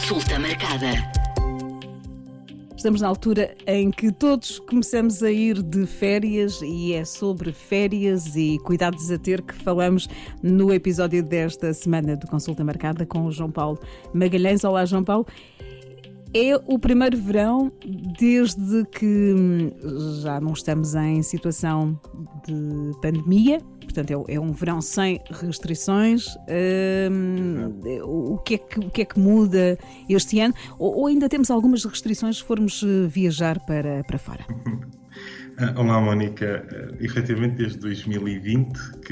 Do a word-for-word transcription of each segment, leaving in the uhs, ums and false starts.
Consulta marcada. Estamos na altura em que todos começamos a ir de férias e é sobre férias e cuidados a ter que falamos no episódio desta semana do Consulta Marcada com o João Paulo Magalhães. Olá, João Paulo. É o primeiro verão desde que já não estamos em situação de pandemia, portanto é um verão sem restrições. Um, o, que é que, o que é que muda este ano? Ou, ou ainda temos algumas restrições se formos viajar para, para fora? Olá, Mónica. Uh, efetivamente, desde dois mil e vinte que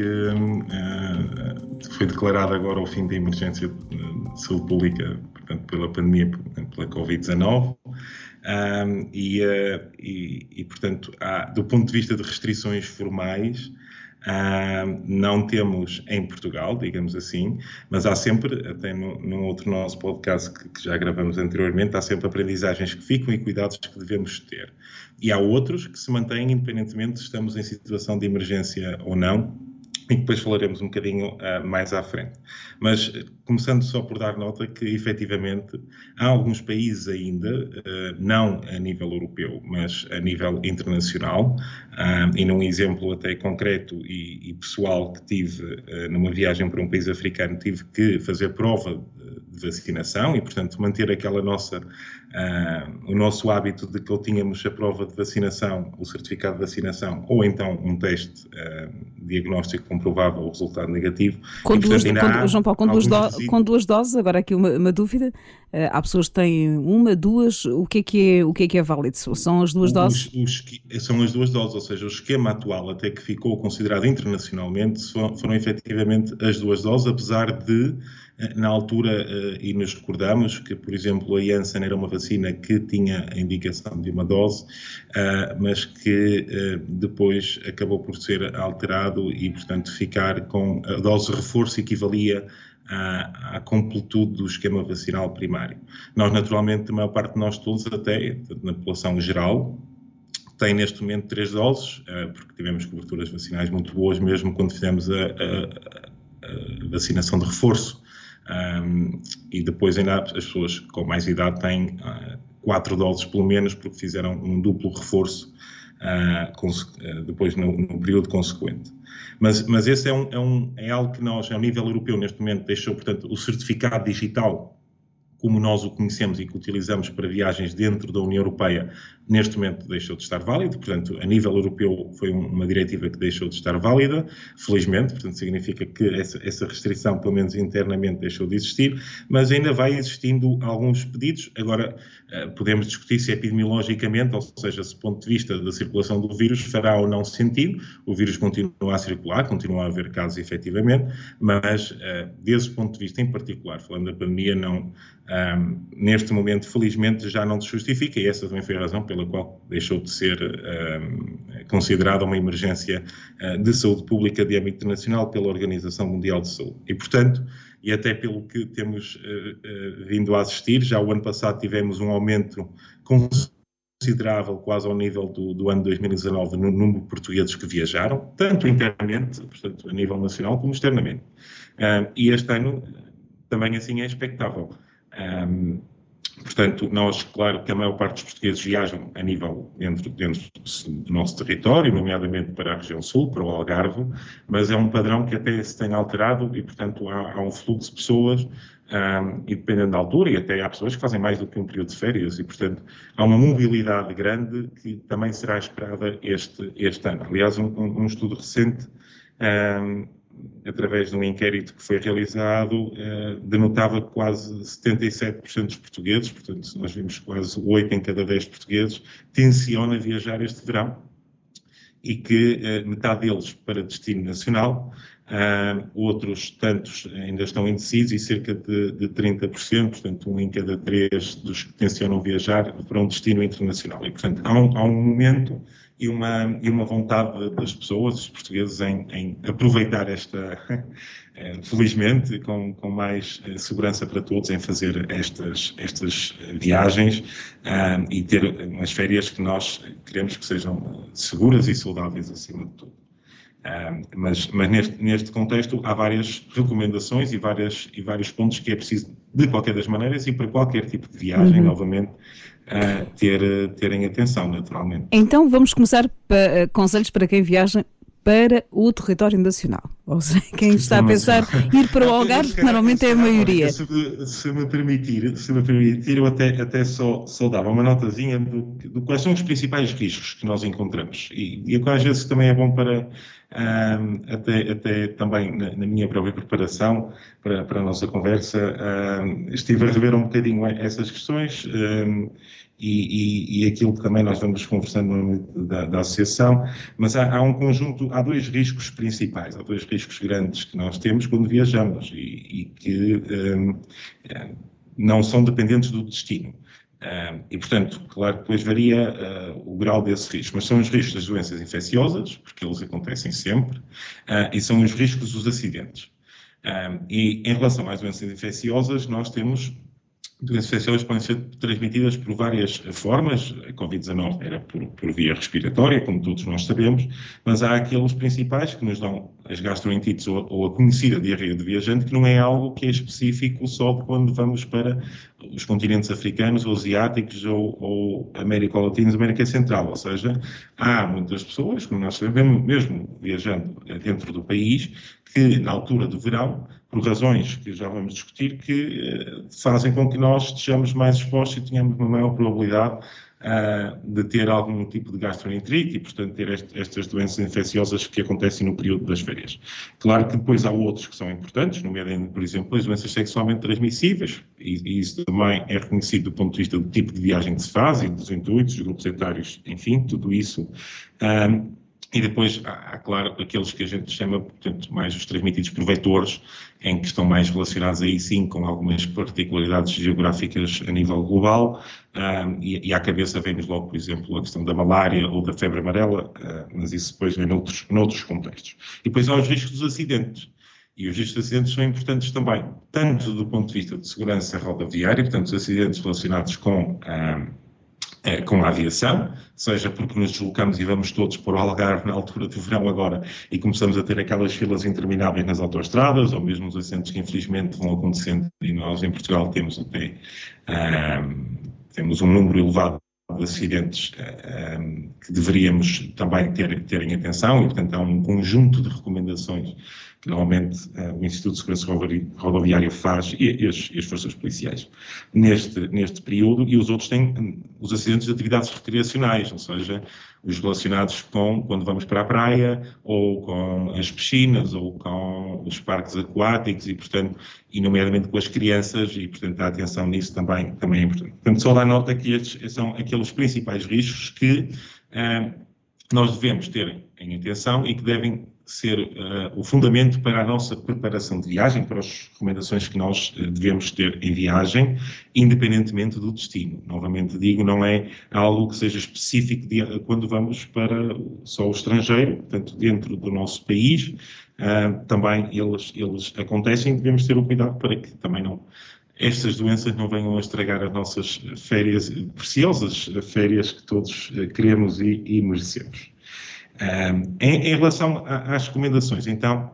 uh, foi declarado agora o fim da emergência de saúde pública, portanto, pela pandemia, pela covid dezanove. Um, e, uh, e, e, portanto, há, do ponto de vista de restrições formais, Uh, não temos em Portugal, digamos assim, mas há sempre, até no, num outro nosso podcast que, que já gravamos anteriormente, há sempre aprendizagens que ficam e cuidados que devemos ter. E há outros que se mantêm independentemente se estamos em situação de emergência ou não, e que depois falaremos um bocadinho uh, mais à frente. Mas, começando só por dar nota que, efetivamente, há alguns países ainda, uh, não a nível europeu, mas a nível internacional, uh, e num exemplo até concreto e, e pessoal que tive uh, numa viagem para um país africano, tive que fazer prova de, de vacinação e, portanto, manter aquela nossa, uh, o nosso hábito de que ou tínhamos a prova de vacinação, o certificado de vacinação, ou então um teste uh, diagnóstico comprovava o resultado negativo. Com e, duas, portanto, com, João Paulo, com duas, do, com duas doses, agora aqui uma, uma dúvida, uh, há pessoas que têm uma, duas, o que é que é, o que é, que é válido? São as duas os, doses? Os, são as duas doses, ou seja, o esquema atual até que ficou considerado internacionalmente foram, foram efetivamente as duas doses, apesar de, na altura, uh, e nos recordamos que, por exemplo, a Janssen era uma vacina que tinha a indicação de uma dose, uh, mas que uh, depois acabou por ser alterado e, portanto, ficar com a dose de reforço equivalia à, à completude do esquema vacinal primário. Nós, naturalmente, a maior parte de nós todos, até na população geral, tem neste momento três doses, uh, porque tivemos coberturas vacinais muito boas, mesmo quando fizemos a, a, a vacinação de reforço. Um, e depois ainda as pessoas com mais idade têm uh, quatro doses pelo menos, porque fizeram um duplo reforço uh, uh, depois no, no período consequente. Mas, mas esse é, um, é, um, é algo que nós, ao nível europeu, neste momento, deixou, portanto, o certificado digital, como nós o conhecemos e que utilizamos para viagens dentro da União Europeia, neste momento deixou de estar válido. Portanto, a nível europeu foi uma diretiva que deixou de estar válida, felizmente, portanto significa que essa, essa restrição, pelo menos internamente, deixou de existir, mas ainda vai existindo alguns pedidos. Agora, podemos discutir se epidemiologicamente, ou seja, se do ponto de vista da circulação do vírus, fará ou não sentido. O vírus continua a circular, continua a haver casos efetivamente, mas desse ponto de vista em particular, falando da pandemia, não... Um, neste momento, felizmente, já não se justifica, e essa também foi a razão pela qual deixou de ser um, considerada uma emergência uh, de saúde pública de âmbito internacional pela Organização Mundial de Saúde. E, portanto, e até pelo que temos uh, uh, vindo a assistir, já o ano passado tivemos um aumento considerável, quase ao nível do, do ano dois mil e dezanove, no número de portugueses que viajaram, tanto internamente, portanto, a nível nacional, como externamente. Uh, e este ano também assim é expectável. Um, portanto, nós, claro que a maior parte dos portugueses viajam a nível dentro, dentro do nosso território, nomeadamente para a região sul, para o Algarve, mas é um padrão que até se tem alterado e, portanto, há, há um fluxo de pessoas, um, e dependendo da altura, e até há pessoas que fazem mais do que um período de férias, e, portanto, há uma mobilidade grande que também será esperada este, este ano. Aliás, um, um estudo recente, um, através de um inquérito que foi realizado, eh, denotava que quase setenta e sete por cento dos portugueses, portanto, nós vimos quase oito em cada dez portugueses, tenciona viajar este verão e que eh, metade deles para destino nacional, eh, outros tantos ainda estão indecisos e cerca de, de trinta por cento, portanto, um em cada três dos que tencionam viajar para um destino internacional. E, portanto, há um, há um momento e uma, e uma vontade das pessoas, dos portugueses, em, em aproveitar esta, felizmente, com, com mais segurança para todos, em fazer estas, estas viagens um, e ter umas férias que nós queremos que sejam seguras e saudáveis acima de tudo. Uh, mas mas neste, neste contexto há várias recomendações e, várias, e vários pontos que é preciso, de qualquer das maneiras, e para qualquer tipo de viagem, uhum. novamente, uh, ter, terem atenção, naturalmente. Então vamos começar para uh, conselhos para quem viaja para o território nacional. Ou seja, quem está a pensar ir para o Algarve, que normalmente é a maioria. Se, se me permitir, se me permitir, eu até, até só, só dava uma notazinha do, do quais são os principais riscos que nós encontramos. E, e às vezes também é bom para, um, até, até também na, na minha própria preparação para, para a nossa conversa, um, estive a rever um bocadinho essas questões, um, E, e, e aquilo que também nós vamos conversando no âmbito da, da associação, mas há, há um conjunto, há dois riscos principais, há dois riscos grandes que nós temos quando viajamos e, e que um, não são dependentes do destino. Um, e, portanto, claro que depois varia uh, o grau desse risco, mas são os riscos das doenças infecciosas, porque eles acontecem sempre, uh, e são os riscos dos acidentes. Um, e em relação às doenças infecciosas, nós temos doenças infecciosas podem ser transmitidas por várias formas. A covid dezanove era por, por via respiratória, como todos nós sabemos, mas há aqueles principais que nos dão as gastroenterites ou, ou a conhecida diarreia de viajante, que não é algo que é específico só de quando vamos para os continentes africanos ou asiáticos ou, ou América Latina e América Central. Ou seja, há muitas pessoas, como nós sabemos, mesmo viajando dentro do país, que na altura do verão, por razões que já vamos discutir, que uh, fazem com que nós estejamos mais expostos e tenhamos uma maior probabilidade uh, de ter algum tipo de gastroenterite e, portanto, ter este, estas doenças infecciosas que acontecem no período das férias. Claro que depois há outros que são importantes, nomeadamente, por exemplo, as doenças sexualmente transmissíveis, e, e isso também é reconhecido do ponto de vista do tipo de viagem que se faz e dos intuitos, dos grupos etários, enfim, tudo isso. Um, E depois há, há, claro, aqueles que a gente chama, portanto, mais os transmitidos por vetores, em que estão mais relacionados aí sim com algumas particularidades geográficas a nível global, um, e, e à cabeça vem-nos logo, por exemplo, a questão da malária ou da febre amarela, uh, mas isso depois vem noutros, noutros contextos. E depois há os riscos dos acidentes. E os riscos de acidentes são importantes também, tanto do ponto de vista de segurança rodoviária, portanto, os acidentes relacionados com um, com a aviação, seja porque nos deslocamos e vamos todos para o Algarve na altura do verão agora e começamos a ter aquelas filas intermináveis nas autoestradas, ou mesmo os acidentes que infelizmente vão acontecendo, e nós em Portugal temos até um, temos um número elevado de acidentes um, que deveríamos também ter, terem atenção, e portanto há um conjunto de recomendações que normalmente uh, o Instituto de Segurança Rodoviária faz e, e, as, e as forças policiais neste, neste período, e os outros têm um, os acidentes de atividades recreacionais, ou seja, os relacionados com quando vamos para a praia, ou com as piscinas, ou com os parques aquáticos, e portanto, e nomeadamente com as crianças, e portanto a atenção nisso também, também é importante. Portanto, só dá nota que estes são aqueles principais riscos que uh, nós devemos ter em atenção e que devem ser uh, o fundamento para a nossa preparação de viagem, para as recomendações que nós uh, devemos ter em viagem, independentemente do destino. Novamente digo, não é algo que seja específico de, uh, quando vamos para só o estrangeiro, portanto, dentro do nosso país, uh, também eles, eles acontecem e devemos ter o cuidado para que também não estas doenças não venham a estragar as nossas férias preciosas, férias que todos uh, queremos e, e merecemos. Um, em, em relação a, às recomendações, então,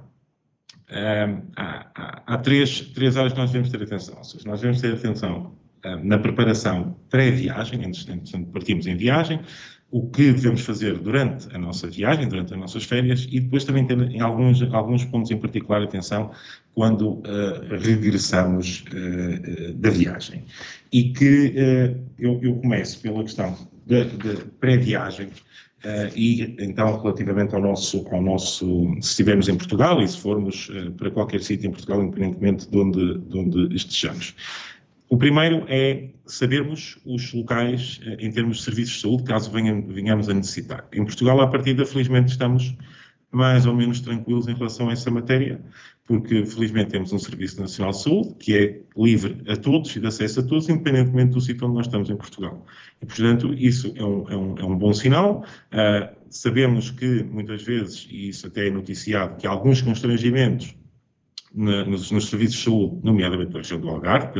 um, há, há, há três, três áreas que nós devemos ter atenção. Ou seja, nós devemos ter atenção um, na preparação pré-viagem, antes de partirmos em viagem, o que devemos fazer durante a nossa viagem, durante as nossas férias, e depois também ter em alguns, alguns pontos em particular atenção quando uh, regressamos uh, da viagem. E que uh, eu, eu começo pela questão da pré-viagem. Uh, e, então, relativamente ao nosso, ao nosso, se estivermos em Portugal e se formos uh, para qualquer sítio em Portugal, independentemente de onde, de onde estejamos. O primeiro é sabermos os locais uh, em termos de serviços de saúde, caso venham, venhamos a necessitar. Em Portugal, à partida, felizmente, estamos mais ou menos tranquilos em relação a essa matéria, porque, felizmente, temos um Serviço Nacional de Saúde que é livre a todos e de acesso a todos, independentemente do sítio onde nós estamos em Portugal. E, portanto, isso é um, é um, é um bom sinal. Uh, sabemos que, muitas vezes, e isso até é noticiado, que há alguns constrangimentos na, nos, nos serviços de saúde, nomeadamente na região do Algarve, pelo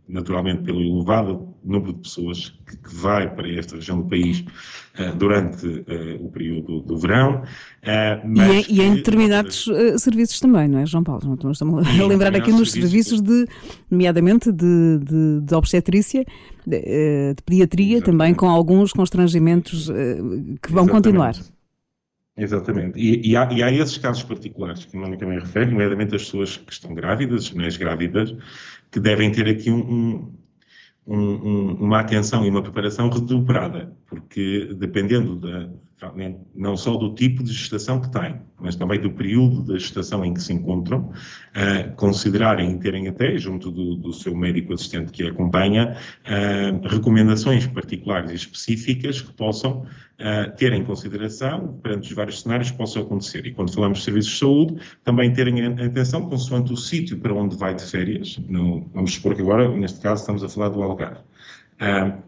naturalmente pelo elevado número de pessoas que, que vai para esta região do país uh, durante uh, o período do verão. Uh, mas e, em, e em determinados uh, serviços também, não é, João Paulo? Estamos a lembrar aqui nos serviços, de, nomeadamente de, de, de obstetrícia, de, de pediatria, exatamente, também com alguns constrangimentos uh, que vão exatamente. Continuar. Exatamente. E, e, há, e há esses casos particulares que a Mónica também refere, nomeadamente as pessoas que estão grávidas, as mulheres grávidas, que devem ter aqui um, um, um, uma atenção e uma preparação redobrada, porque dependendo da, não só do tipo de gestação que têm, mas também do período da gestação em que se encontram, uh, considerarem e terem até, junto do, do seu médico assistente que a acompanha, uh, recomendações particulares e específicas que possam uh, ter em consideração perante os vários cenários que possam acontecer. E quando falamos de serviços de saúde, também terem atenção consoante o sítio para onde vai de férias. No, vamos supor que agora, neste caso, estamos a falar do Algarve. Uh,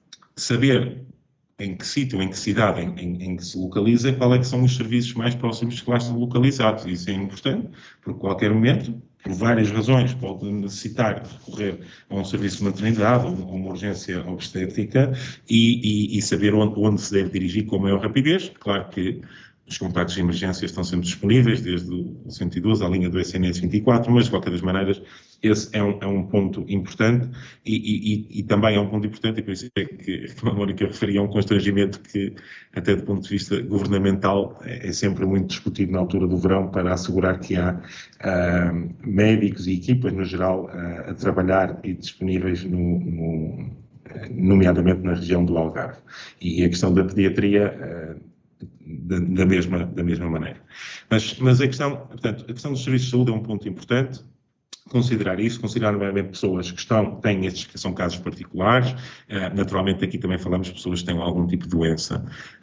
saber em que sítio, em que cidade, em, em, em que se localiza, qual é que são os serviços mais próximos que lá estão localizados. Isso é importante, porque a qualquer momento, por várias razões, pode necessitar recorrer a um serviço de maternidade ou a uma urgência obstétrica e, e, e saber onde, onde se deve dirigir com a maior rapidez. Claro que os contactos de emergência estão sempre disponíveis, desde o cento e doze à linha do S N S vinte e quatro, mas, de qualquer das maneiras, esse é um, é um ponto importante e, e, e também é um ponto importante, e por isso é que a Mónica referia a um constrangimento que, até do ponto de vista governamental, é, é sempre muito discutido na altura do verão para assegurar que há uh, médicos e equipas, no geral, uh, a trabalhar e disponíveis no, no, nomeadamente na região do Algarve. E a questão da pediatria... Uh, Da, da, mesma, da mesma maneira. Mas, mas a, questão, portanto, a questão dos serviços de saúde é um ponto importante. Considerar isso, considerar nomeadamente pessoas que estão, têm estes que são casos particulares. Uh, naturalmente, aqui também falamos de pessoas que têm algum tipo de doença,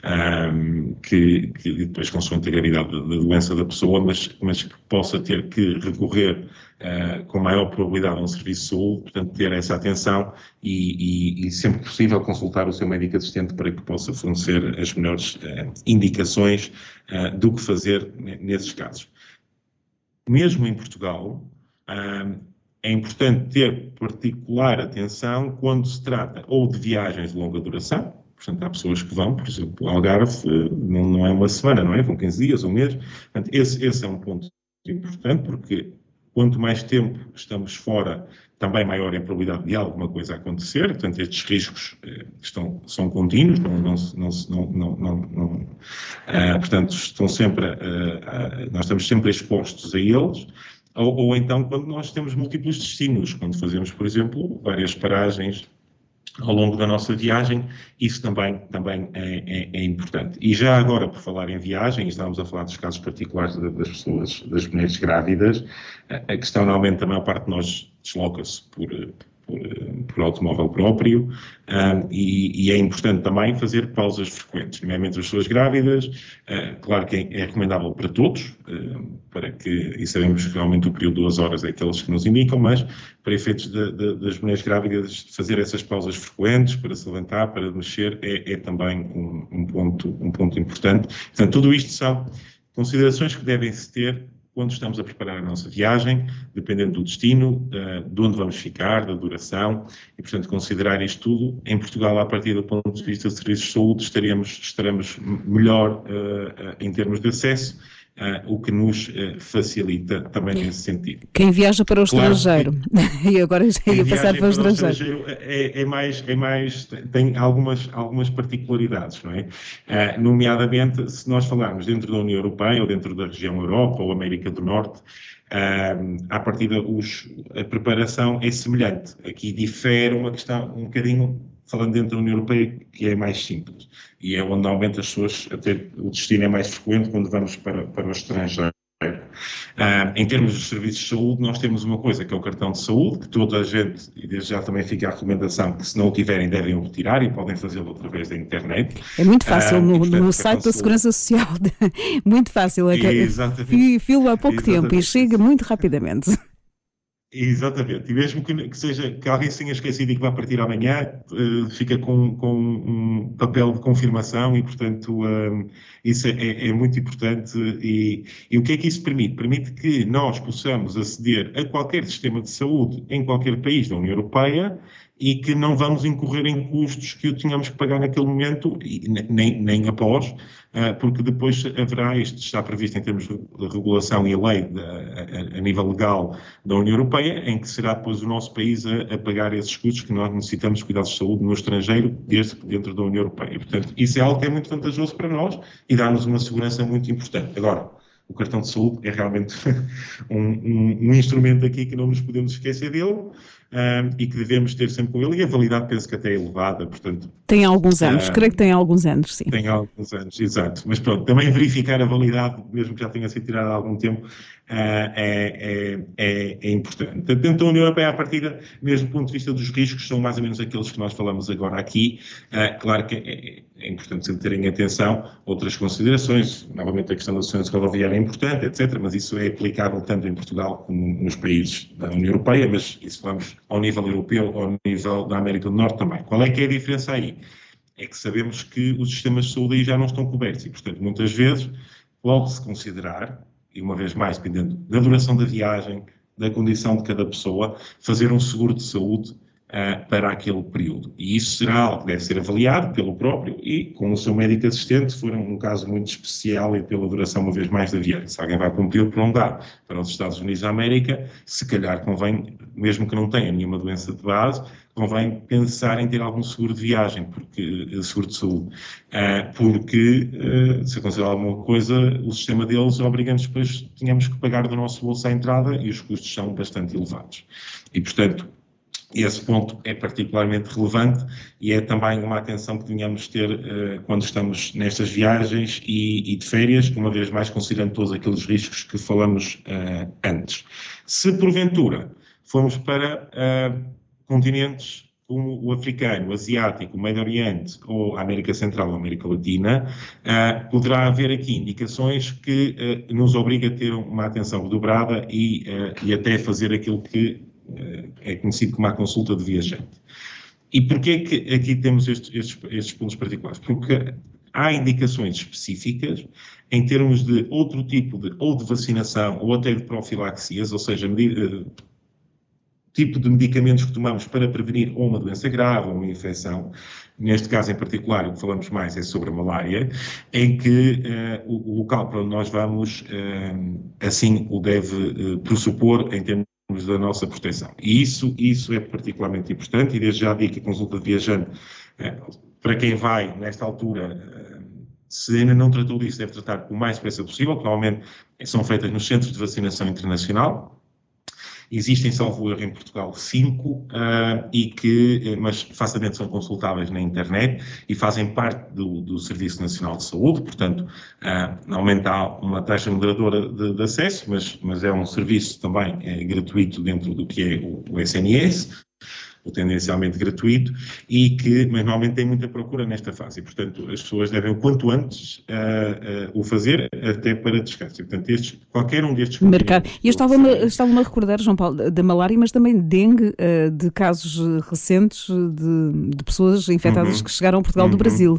um, que, que depois, consoante a gravidade da, da doença da pessoa, mas, mas que possa ter que recorrer uh, com maior probabilidade a um serviço de saúde, portanto, ter essa atenção e, e, e sempre possível consultar o seu médico assistente para que possa fornecer as melhores uh, indicações uh, do que fazer nesses casos. Mesmo em Portugal, Um, é importante ter particular atenção quando se trata ou de viagens de longa duração. Portanto, há pessoas que vão, por exemplo, ao Algarve, não, não é uma semana, não é? Vão quinze dias, um mês. Portanto, esse, esse é um ponto importante, porque quanto mais tempo estamos fora, também maior é a probabilidade de alguma coisa acontecer. Portanto, estes riscos eh, estão, são contínuos, não, não, não, não, não, não uh, portanto, estão sempre, uh, uh, nós estamos sempre expostos a eles. Ou, ou então quando nós temos múltiplos destinos, quando fazemos, por exemplo, várias paragens ao longo da nossa viagem, isso também, também é, é, é importante. E já agora, por falar em viagem, estamos a falar dos casos particulares das pessoas, das mulheres grávidas, a questão normalmente a maior parte de nós desloca-se por, por, por automóvel próprio um, e, e é importante também fazer pausas frequentes, nomeadamente as pessoas grávidas. Uh, claro que é, é recomendável para todos, uh, para que, e sabemos que realmente o período de duas horas é aqueles que nos indicam, mas para efeitos de, de, das mulheres grávidas, fazer essas pausas frequentes para se levantar, para mexer, é, é também um, um, ponto, um ponto importante. Portanto, tudo isto são considerações que devem-se ter quando estamos a preparar a nossa viagem, dependendo do destino, de onde vamos ficar, da duração, e, portanto, considerar isto tudo. Em Portugal, a partir do ponto de vista de serviços de saúde, estaremos, estaremos melhor uh, em termos de acesso, Uh, o que nos uh, facilita também nesse sentido. Quem viaja para o claro, estrangeiro, e agora já ia passar para o estrangeiro, estrangeiro é, é, mais, é mais, tem algumas, algumas particularidades, não é? Uh, nomeadamente, se nós falarmos dentro da União Europeia, ou dentro da região Europa, ou América do Norte, uh, à partida os, a preparação é semelhante. Aqui difere uma questão um bocadinho, falando dentro da União Europeia, que é mais simples. E é onde normalmente as pessoas, até o destino é mais frequente quando vamos para, para o estrangeiro. Uh, em termos de serviços de saúde, nós temos uma coisa que é o cartão de saúde, que toda a gente, e desde já também fica a recomendação, que se não o tiverem devem o retirar e podem fazê-lo através da internet. É muito fácil, uh, no, e, portanto, no site da Segurança Social, muito fácil, é que filo há pouco Exatamente. tempo e chega muito rapidamente. Exatamente, e mesmo que, que seja que alguém se tenha esquecido e que vá partir amanhã, uh, fica com, com um papel de confirmação e, portanto, um, isso é, é muito importante. E, e o que é que isso permite? Permite que nós possamos aceder a qualquer sistema de saúde em qualquer país da União Europeia e que não vamos incorrer em custos que o tínhamos que pagar naquele momento, e nem, nem após, porque depois haverá, isto está previsto em termos de regulação e lei de, a, a nível legal da União Europeia, em que será depois o nosso país a, a pagar esses custos que nós necessitamos de cuidados de saúde no estrangeiro, desde dentro da União Europeia. E, portanto, isso é algo que é muito vantajoso para nós e dá-nos uma segurança muito importante. Agora, o cartão de saúde é realmente um, um, um instrumento aqui que não nos podemos esquecer dele. Um, e que devemos ter sempre com ele, e a validade penso que até é elevada, portanto... Tem alguns anos, uh, creio que tem alguns anos, sim. Tem alguns anos, exato. Mas pronto, também verificar a validade, mesmo que já tenha sido tirada há algum tempo, uh, é, é, é, é importante. Portanto, a União Europeia, à partida, mesmo do ponto de vista dos riscos, são mais ou menos aqueles que nós falamos agora aqui. Uh, claro que é, é importante sempre terem atenção outras considerações, novamente a questão da segurança rodoviária é importante, etcétera, mas isso é aplicável tanto em Portugal como nos países da União Europeia, mas isso vamos ao nível europeu ou ao nível da América do Norte também. Qual é que é a diferença aí? É que sabemos que os sistemas de saúde aí já não estão cobertos e, portanto, muitas vezes pode-se considerar, e uma vez mais, dependendo da duração da viagem, da condição de cada pessoa, fazer um seguro de saúde uh, para aquele período. E isso será algo que deve ser avaliado pelo próprio e com o seu médico assistente, se for um caso muito especial e pela duração, uma vez mais, da viagem. Se alguém vai para um período prolongado para os Estados Unidos da América, se calhar convém, mesmo que não tenha nenhuma doença de base, convém pensar em ter algum seguro de viagem, porque, seguro de saúde, uh, porque, uh, se acontecer alguma coisa, o sistema deles obriga-nos depois, tínhamos que pagar do nosso bolso à entrada e os custos são bastante elevados. E, portanto, esse ponto é particularmente relevante e é também uma atenção que devíamos ter uh, quando estamos nestas viagens e, e de férias, uma vez mais considerando todos aqueles riscos que falamos uh, antes. Se, porventura, formos para uh, continentes como o africano, o asiático, o Médio Oriente ou a América Central ou a América Latina, uh, poderá haver aqui indicações que uh, nos obriga a ter uma atenção redobrada e, uh, e até fazer aquilo que uh, é conhecido como a consulta de viajante. E porquê que aqui temos estes, estes, estes pontos particulares? Porque há indicações específicas em termos de outro tipo de, ou de vacinação ou até de profilaxias, ou seja, medida, tipo de medicamentos que tomamos para prevenir ou uma doença grave ou uma infecção. Neste caso em particular, o que falamos mais é sobre a malária, em que uh, o, o local para onde nós vamos, uh, assim o deve uh, pressupor em termos da nossa proteção. E isso, isso é particularmente importante, e desde já digo que a consulta de viajante, uh, para quem vai nesta altura, uh, se ainda não tratou disso, deve tratar o mais depressa possível, que normalmente são feitas nos centros de vacinação internacional. Existem, salvo erro, em Portugal cinco, uh, e que, mas facilmente são consultáveis na internet e fazem parte do, do Serviço Nacional de Saúde, portanto, uh, normalmente há uma taxa moderadora de, de acesso, mas, mas é um serviço também é, gratuito dentro do que é o, o S N S, ou tendencialmente gratuito, e que, mas normalmente tem muita procura nesta fase, e, portanto, as pessoas devem o quanto antes uh, uh, o fazer, até para descanso. E, portanto, estes, qualquer um destes... Mercado. E eu estava-me estava a recordar, João Paulo, da malária, mas também de dengue, uh, de casos recentes de, de pessoas infectadas uhum. que chegaram a Portugal uhum. do Brasil.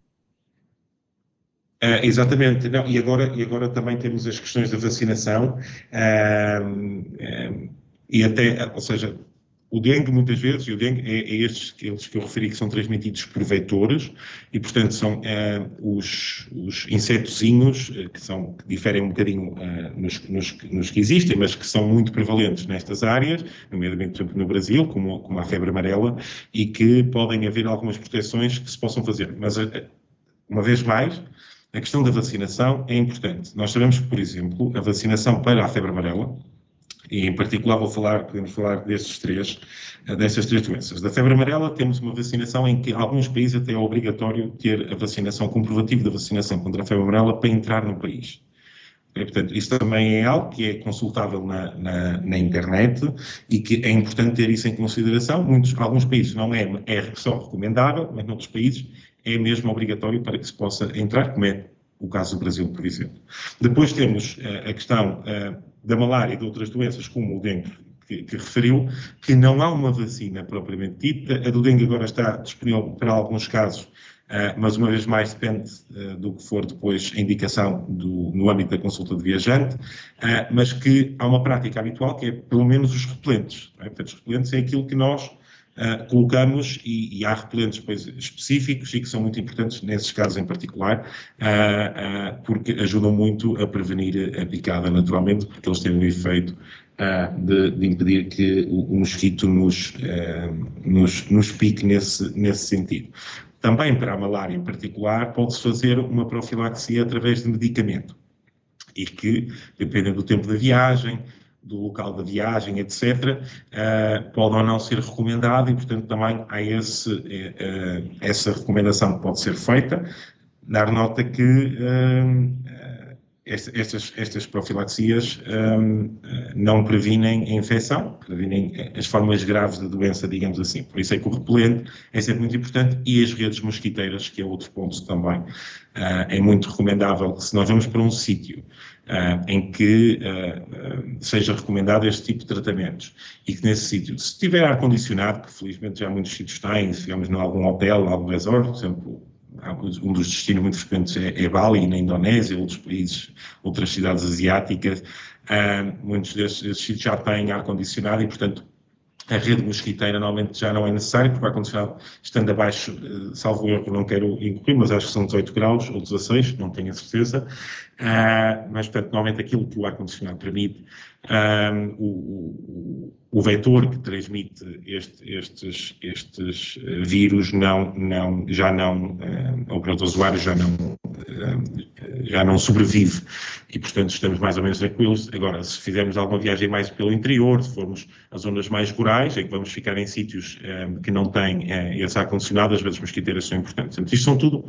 Uh, exatamente. Não, e, agora, e agora também temos as questões da vacinação, uh, uh, e até, ou seja... O dengue, muitas vezes, e o dengue é, é estes eles que eu referi que são transmitidos por vetores e, portanto, são é, os, os insetozinhos que, são, que diferem um bocadinho é, nos, nos, nos que existem, mas que são muito prevalentes nestas áreas, nomeadamente, por exemplo, no Brasil, como, como a febre amarela, e que podem haver algumas proteções que se possam fazer. Mas, uma vez mais, a questão da vacinação é importante. Nós sabemos que, por exemplo, a vacinação para a febre amarela, e em particular vou falar, podemos falar destes três, destas três doenças. Da febre amarela temos uma vacinação em que alguns países até é obrigatório ter a vacinação, comprovativo da vacinação contra a febre amarela para entrar no país. E, portanto, isso também é algo que é consultável na, na, na internet e que é importante ter isso em consideração. Muitos, alguns países não é, é só recomendável, mas noutros países é mesmo obrigatório para que se possa entrar, como é o caso do Brasil, por exemplo. Depois temos uh, a questão uh, da malária e de outras doenças, como o dengue, que, que referiu, que não há uma vacina propriamente dita. A do dengue agora está disponível para alguns casos, uh, mas uma vez mais depende uh, do que for depois a indicação do, no âmbito da consulta de viajante, uh, mas que há uma prática habitual que é pelo menos os repelentes. Não é? Portanto, os repelentes é aquilo que nós Uh, colocamos, e, e há repelentes depois específicos e que são muito importantes nesses casos em particular, uh, uh, porque ajudam muito a prevenir a picada naturalmente, porque eles têm o efeito uh, de, de impedir que o, o mosquito nos, uh, nos, nos pique nesse, nesse sentido. Também para a malária em particular pode-se fazer uma profilaxia através de medicamento e que, dependendo do tempo da viagem, do local da viagem, etcétera, uh, pode ou não ser recomendado e, portanto, também há esse, uh, essa recomendação que pode ser feita. Dar nota que uh, estas, estas profilaxias uh, não previnem a infecção, previnem as formas graves da doença, digamos assim. Por isso é que o repelente é sempre muito importante e as redes mosquiteiras, que é outro ponto também. Uh, é muito recomendável que, se nós vamos para um sítio Uh, em que uh, uh, seja recomendado este tipo de tratamentos e que nesse sítio, se tiver ar-condicionado, que felizmente já muitos sítios têm, se estivermos em algum hotel, algum resort, por exemplo, um dos destinos muito frequentes é, é Bali, na Indonésia, outros países, outras cidades asiáticas, uh, muitos desses, desses sítios já têm ar-condicionado e, portanto, a rede mosquiteira normalmente já não é necessária, porque o ar-condicionado, estando abaixo, salvo erro, não quero incorrer, mas acho que são dezoito graus ou dezasseis, não tenho a certeza. Uh, mas, portanto, normalmente aquilo que o ar-condicionado permite, um, o, o, o vetor que transmite este, estes, estes vírus não, não, já não, uh, ou para os usuários já não, uh, já não sobrevive. E, portanto, estamos mais ou menos tranquilos. Agora, se fizermos alguma viagem mais pelo interior, se formos a zonas mais rurais, em que vamos ficar em sítios um, que não têm uh, esse ar-condicionado, as redes mosquiteiras são importantes. Portanto, isto são tudo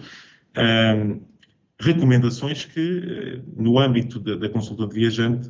um, recomendações que, no âmbito da, da consulta de viajante,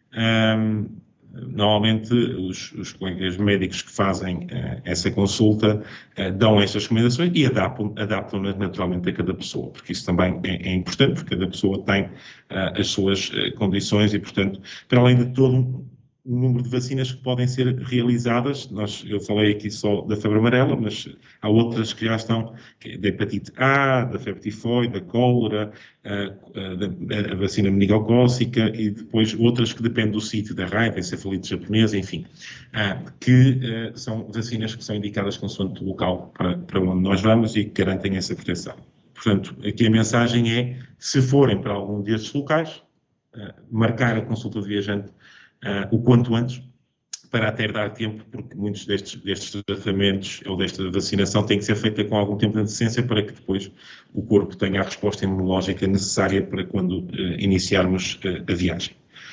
um, normalmente os, os colegas médicos que fazem uh, essa consulta uh, dão estas recomendações e adaptam, adaptam naturalmente a cada pessoa, porque isso também é, é importante, porque cada pessoa tem uh, as suas uh, condições e, portanto, para além de todo um, um número de vacinas que podem ser realizadas, nós, eu falei aqui só da febre amarela, mas há outras que já estão, que é da hepatite A, da febre tifoide, da cólera, a, a, da, a vacina meningocócica e depois outras que dependem do sítio, da raiva, encefalite japonesa, enfim, uh, que uh, são vacinas que são indicadas consoante o local para, para onde nós vamos e que garantem essa proteção. Portanto, aqui a mensagem é, se forem para algum destes locais, uh, marcar a consulta de viajante Uh, o quanto antes, para até dar tempo, porque muitos destes, destes tratamentos ou desta vacinação têm que ser feita com algum tempo de antecedência para que depois o corpo tenha a resposta imunológica necessária para quando uh, iniciarmos uh, a viagem.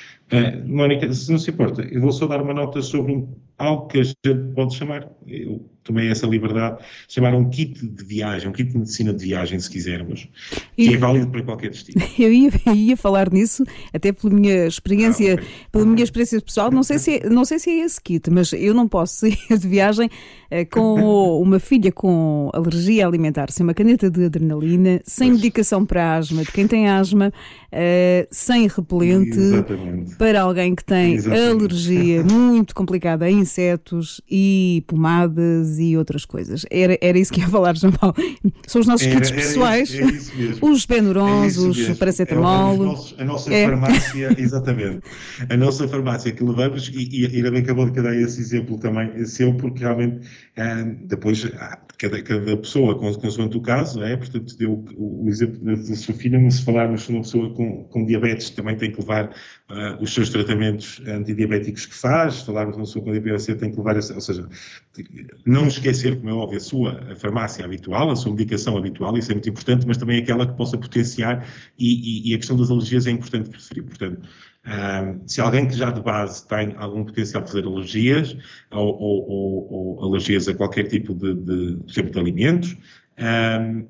Uh, Mónica, se não se importa, eu vou só dar uma nota sobre um, algo que a gente pode chamar, eu tomei essa liberdade, chamar um kit de viagem, um kit de medicina de viagem, se quisermos, que e, é válido para qualquer destino. Eu ia, ia falar nisso, até pela minha experiência, ah, okay. pela minha experiência pessoal, não sei, se é, não sei se é esse kit, mas eu não posso ir de viagem uh, com uma filha com alergia alimentar, sem uma caneta de adrenalina, sem pois. medicação para asma, de quem tem asma, uh, sem repelente, Exatamente. para alguém que tem Exatamente. alergia muito complicada a insetos e pomadas e outras coisas. Era, era isso que ia falar, João Paulo. São os nossos era, kits era pessoais, isso, é isso mesmo. Os Benurons, é os paracetamol. É a nossa é. farmácia, exatamente. A nossa farmácia que levamos, e, e ainda bem que acabou de dar esse exemplo também seu, porque realmente um, depois cada, cada pessoa, consoante o caso, é, portanto, deu o, o exemplo da, da sua filha, mas se falarmos de uma pessoa com, com diabetes, também tem que levar uh, os seus tratamentos antidiabéticos que faz, se falarmos de uma pessoa com diabetes, tem que levar, essa, ou seja, não esquecer, como é óbvio, a sua a farmácia habitual, a sua medicação habitual, isso é muito importante, mas também aquela que possa potenciar, e, e, e a questão das alergias é importante preferir. Portanto, um, se alguém que já de base tem algum potencial de fazer alergias, ou, ou, ou, ou alergias a qualquer tipo de, de, de, de alimentos, um,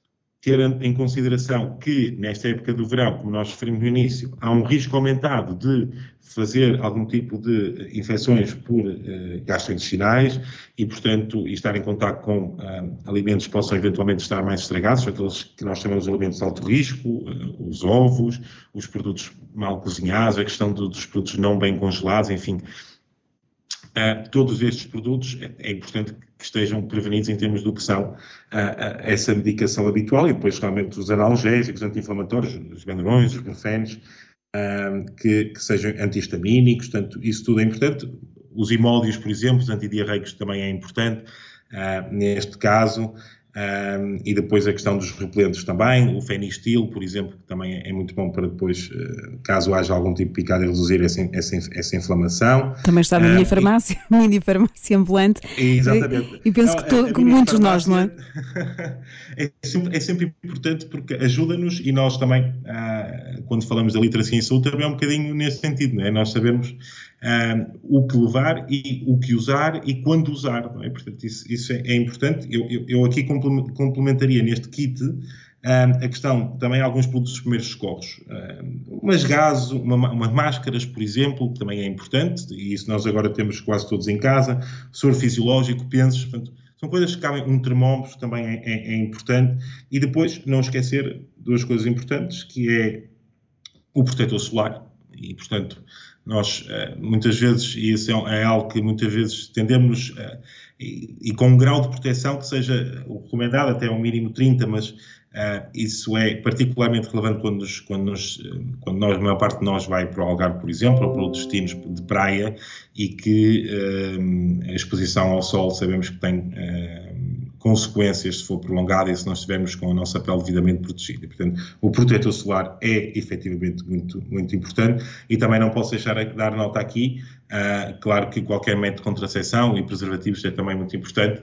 ter em consideração que, nesta época do verão, como nós referimos no início, há um risco aumentado de fazer algum tipo de infecções por uh, gastrointestinais e, portanto, e estar em contato com uh, alimentos que possam eventualmente estar mais estragados, aqueles que nós chamamos de alimentos de alto risco, uh, os ovos, os produtos mal cozinhados, a questão do, dos produtos não bem congelados, enfim. uh, todos estes produtos é, é importante que estejam prevenidos em termos do que são uh, uh, essa medicação habitual e depois realmente os analgésicos, anti-inflamatórios, os Benuróns, os Brufenes, uh, que, que sejam antihistamínicos, portanto, isso tudo é importante. Os imódios, por exemplo, os antidiarreicos também é importante, uh, neste caso. Um, e depois a questão dos repelentes também, o fenistil, por exemplo, que também é, é muito bom para depois, uh, caso haja algum tipo de picada, reduzir essa, essa, essa inflamação. Também está na minha um, farmácia, e, minha farmácia ambulante. Exatamente. E, e penso não, que, todo, que muitos de nós, não é? é, sempre, é sempre importante porque ajuda-nos e nós também, uh, quando falamos da literacia em saúde, também é um bocadinho nesse sentido, não é? Nós sabemos uh, o que levar e o que usar e quando usar, não é? Portanto, isso, isso é, é importante. Eu, eu, eu aqui complementaria neste kit um, a questão também de alguns produtos dos primeiros socorros. Um, umas gases, uma, umas máscaras, por exemplo, que também é importante, e isso nós agora temos quase todos em casa, soro fisiológico, pensos, portanto, são coisas que cabem, um termómetro também é, é, é importante, e depois não esquecer duas coisas importantes, que é o protetor solar, e portanto, nós muitas vezes, e isso é algo que muitas vezes tendemos, e, e com um grau de proteção que seja recomendado até um mínimo trinta, mas uh, isso é particularmente relevante quando, nos, quando, nos, quando nós, a maior parte de nós vai para o Algarve, por exemplo, ou para outros destinos de praia, e que uh, a exposição ao sol sabemos que tem uh, consequências se for prolongada e se não estivermos com a nossa pele devidamente protegida. Portanto, o protetor solar é efetivamente muito, muito importante, e também não posso deixar de dar nota aqui, uh, claro que qualquer método de contracepção e preservativos é também muito importante,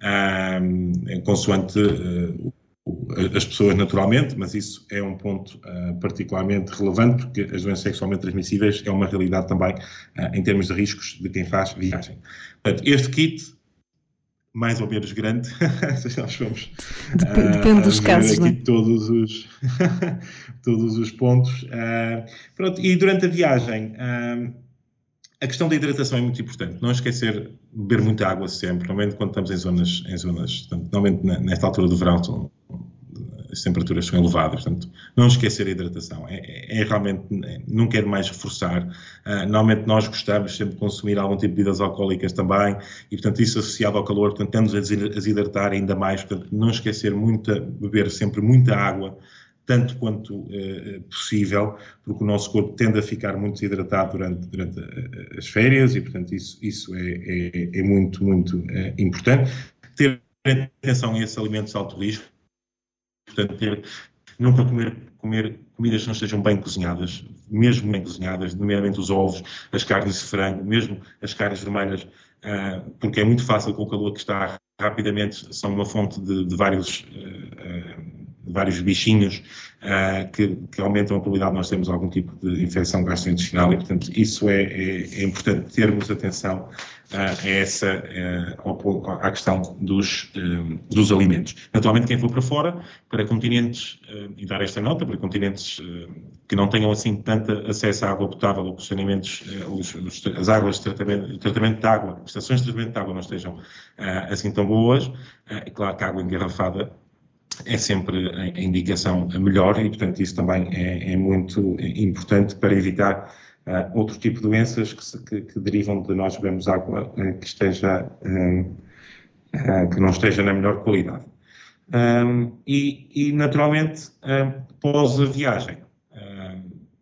uh, consoante uh, as pessoas naturalmente, mas isso é um ponto uh, particularmente relevante, porque as doenças sexualmente transmissíveis é uma realidade também uh, em termos de riscos de quem faz viagem. Portanto, este kit, mais ou menos grande, se nós formos depende, uh, depende dos casos, aqui não é? todos os, todos os pontos. Uh, pronto, e durante a viagem, uh, a questão da hidratação é muito importante. Não esquecer de beber muita água sempre, normalmente quando estamos em zonas, em zonas portanto, normalmente nesta altura do verão, são, as temperaturas são elevadas, portanto, não esquecer a hidratação. É, é, é realmente, é, não quero mais reforçar. Uh, normalmente nós gostamos sempre de consumir algum tipo de bebidas alcoólicas também, e portanto isso associado ao calor, portanto, temos a desidratar ainda mais, portanto, não esquecer muito, beber sempre muita água, tanto quanto uh, possível, porque o nosso corpo tende a ficar muito desidratado durante, durante uh, as férias, e portanto isso, isso é, é, é muito, muito uh, importante. Ter atenção a esses alimentos de alto risco, portanto, ter, nunca comer, comer comidas que não estejam bem cozinhadas, mesmo bem cozinhadas, nomeadamente os ovos, as carnes de frango, mesmo as carnes vermelhas, uh, porque é muito fácil, com o calor que está rapidamente, são uma fonte de, de vários, uh, uh, vários bichinhos uh, que, que aumentam a probabilidade de nós termos algum tipo de infecção gastrointestinal, e portanto isso é, é, é importante termos atenção uh, a essa, uh, à questão dos, uh, dos alimentos. Naturalmente, quem for para fora, para continentes, uh, e dar esta nota, para continentes uh, que não tenham assim tanto acesso à água potável, ou que os saneamentos, uh, os, os, as águas de tratamento, tratamento de água, as estações de tratamento de água não estejam uh, assim tão boas, uh, é claro que a água engarrafada é sempre a indicação melhor, e portanto isso também é, é muito importante para evitar uh, outro tipo de doenças que, se, que, que derivam de nós bebermos água uh, que, esteja, uh, uh, que não esteja na melhor qualidade. Um, e, e naturalmente, uh, pós a viagem, uh,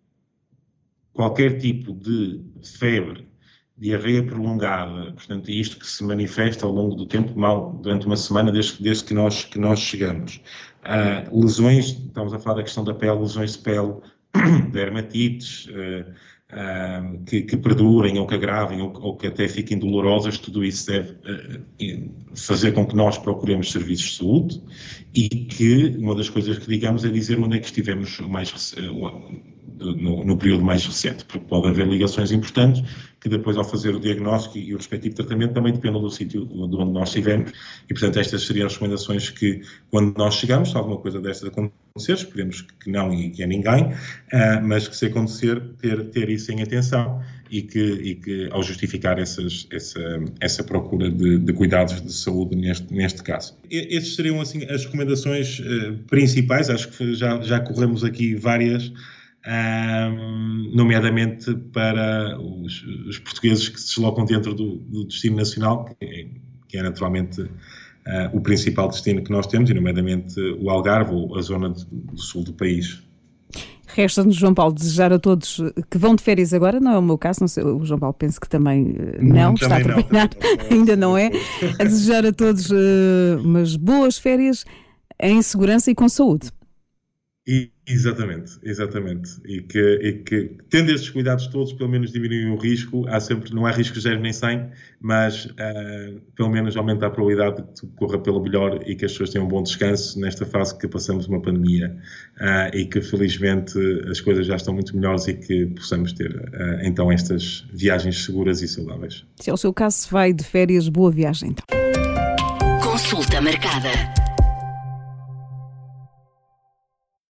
qualquer tipo de febre, diarreia prolongada, portanto, é isto que se manifesta ao longo do tempo, mal durante uma semana, desde, desde que, nós, que nós chegamos. Uh, lesões, estamos a falar da questão da pele, lesões de pele, dermatites, uh, uh, que, que perdurem ou que agravem ou, ou que até fiquem dolorosas, tudo isso deve uh, fazer com que nós procuremos serviços de saúde, e que uma das coisas que digamos é dizer onde é que estivemos mais uh, No, no período mais recente, porque pode haver ligações importantes que depois, ao fazer o diagnóstico e o respectivo tratamento, também dependem do sítio de onde nós estivemos, e portanto estas seriam as recomendações que, quando nós chegamos, se alguma coisa destas acontecer, esperemos que não e que a ninguém, uh, mas que se acontecer, ter, ter isso em atenção, e que, e que ao justificar essas, essa, essa procura de, de cuidados de saúde neste, neste caso. E, essas seriam assim as recomendações uh, principais, acho que já, já corremos aqui várias. um, nomeadamente para os, os portugueses que se deslocam dentro do, do destino nacional, que é, que é naturalmente uh, o principal destino que nós temos, e nomeadamente o Algarve, ou a zona de, do sul do país. Resta-nos, João Paulo, desejar a todos que vão de férias agora, não é o meu caso, não sei, o João Paulo penso que também não, hum, está também a terminar, não, também ainda não é, a desejar a todos uh, umas boas férias em segurança e com saúde. E, exatamente, exatamente. E que, e que, tendo estes cuidados todos, pelo menos diminuem o risco. Há sempre, não há risco zero nem cem, mas uh, pelo menos aumenta a probabilidade de que tudo corra pelo melhor e que as pessoas tenham um bom descanso nesta fase que passamos uma pandemia, uh, e que felizmente as coisas já estão muito melhores e que possamos ter uh, então estas viagens seguras e saudáveis. Se é o seu caso, se vai de férias, boa viagem então. Consulta marcada.